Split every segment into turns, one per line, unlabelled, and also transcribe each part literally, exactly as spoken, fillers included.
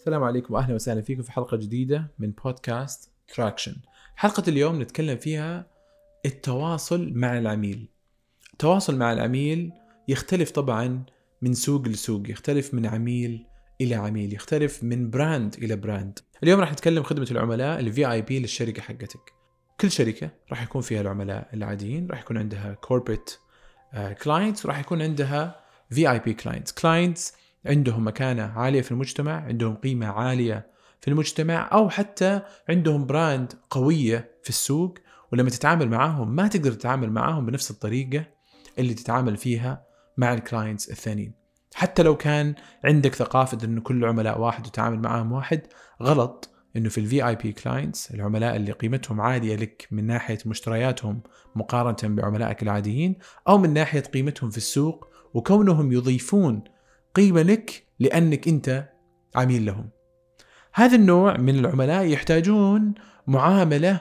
السلام عليكم وأهلا وسهلا فيكم في حلقة جديدة من بودكاست تراكشن. حلقة اليوم نتكلم فيها التواصل مع العميل. التواصل مع العميل يختلف طبعا من سوق لسوق، يختلف من عميل إلى عميل، يختلف من براند إلى براند. اليوم راح نتكلم خدمة العملاء ال في آي بي للشركة حقتك. كل شركة راح يكون فيها العملاء العاديين، راح يكون عندها corporate clients، وراح يكون عندها في آي بي clients. clients عندهم مكانة عالية في المجتمع، عندهم قيمة عالية في المجتمع، أو حتى عندهم براند قوية في السوق، ولما تتعامل معاهم ما تقدر تتعامل معاهم بنفس الطريقة اللي تتعامل فيها مع الكلاينتس الثانيين. حتى لو كان عندك ثقافة أنه كل عملاء واحد وتعامل معاهم واحد، غلط. أنه في ال في آي بي clients العملاء اللي قيمتهم عالية لك من ناحية مشترياتهم مقارنة بعملائك العاديين، أو من ناحية قيمتهم في السوق وكونهم يضيفون قيمة لك لأنك أنت عميل لهم. هذا النوع من العملاء يحتاجون معاملة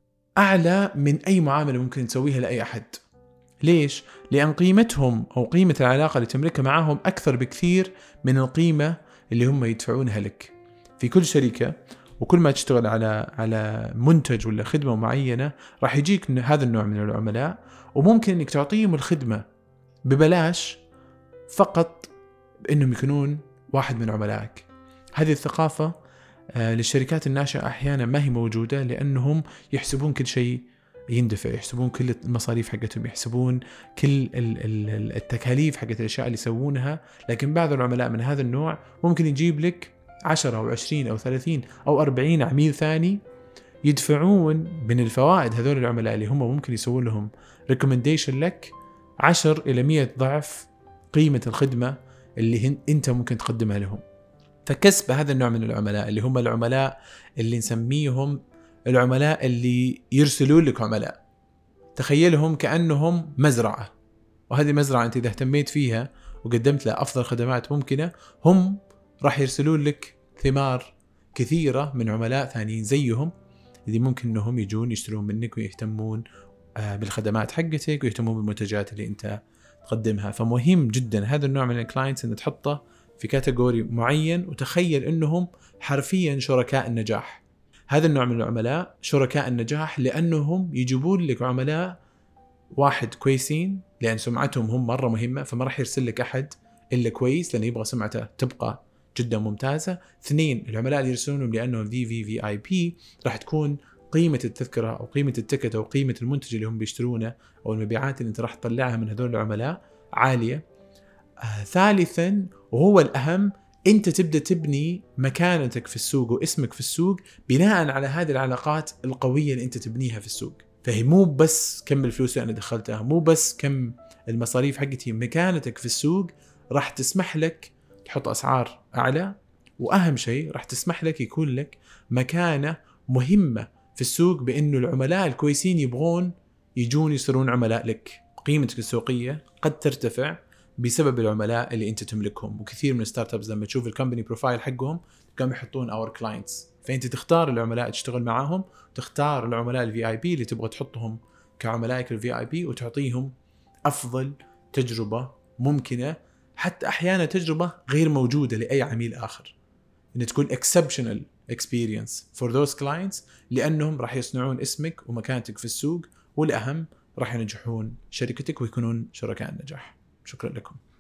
أعلى من أي معاملة ممكن تسويها لأي أحد. ليش؟ لأن قيمتهم أو قيمة العلاقة اللي تملكها معهم أكثر بكثير من القيمة اللي هم يدفعونها لك. في كل شركة وكل ما تشتغل على على منتج ولا خدمة معينة راح يجيك هذا النوع من العملاء، وممكن إنك تعطيهم الخدمة ببلاش فقط إنهم يكونون واحد من عملائك. هذه الثقافة آه للشركات الناشئة أحيانا ما هي موجودة، لأنهم يحسبون كل شيء يندفع، يحسبون كل المصاريف حقتهم، يحسبون كل التكاليف حقت الأشياء اللي يسوونها. لكن بعض العملاء من هذا النوع ممكن يجيب لك عشرة أو عشرين أو ثلاثين أو أربعين عميل ثاني يدفعون من الفوائد هذول العملاء اللي هم ممكن يسوون لهم recommendation لك عشر إلى مئة ضعف قيمة الخدمة اللي أنت ممكن تقدمها لهم. فكسب هذا النوع من العملاء اللي هم العملاء اللي نسميهم العملاء اللي يرسلون لك عملاء، تخيلهم كأنهم مزرعة، وهذه المزرعة أنت إذا اهتميت فيها وقدمت لها أفضل خدمات ممكنة، هم راح يرسلون لك ثمار كثيرة من عملاء ثانيين زيهم، اللي ممكن أنهم يجون يشترون منك ويهتمون بالخدمات حقتك ويهتمون بالمنتجات اللي أنت تقدمها. فمهم جدا هذا النوع من الكلاينتس أن تحطه في كاتيجوري معين، وتخيل أنهم حرفيا شركاء النجاح. هذا النوع من العملاء شركاء النجاح لأنهم يجيبون لك عملاء واحد كويسين، لأن سمعتهم هم مرة مهمة، فما راح يرسل لك أحد إلا كويس لأنه يبغى سمعته تبقى جدا ممتازة. اثنين، العملاء اللي يرسلونهم لأنهم في في في آي بي راح تكون قيمة التذكرة أو قيمة التكت أو قيمة المنتج اللي هم بيشترونه أو المبيعات اللي أنت راح تطلعها من هذول العملاء عالية. آه، ثالثا وهو الأهم، أنت تبدأ تبني مكانتك في السوق واسمك في السوق بناء على هذه العلاقات القوية اللي أنت تبنيها في السوق. فهي مو بس كم الفلوس اللي أنا دخلتها، مو بس كم المصاريف حقتي، مكانتك في السوق راح تسمح لك تحط أسعار أعلى، وأهم شيء راح تسمح لك يكون لك مكانة مهمة في السوق، بأنه العملاء الكويسين يبغون يجون يصيرون عملاء لك. قيمتك السوقية قد ترتفع بسبب العملاء اللي انت تملكهم. وكثير من الستارت ابس لما تشوف الكمباني بروفايل حقهم كانوا يحطون اور كلاينتس، فانت تختار العملاء تشتغل معاهم، تختار العملاء الفي اي بي اللي تبغى تحطهم كعملائك الفي اي بي، وتعطيهم افضل تجربة ممكنة، حتى احيانا تجربة غير موجودة لاي عميل اخر، ان تكون exceptional experience for those clients، لانهم راح يصنعون اسمك ومكانتك في السوق، والاهم راح ينجحون شركتك ويكونون شركاء النجاح. شكرا لكم.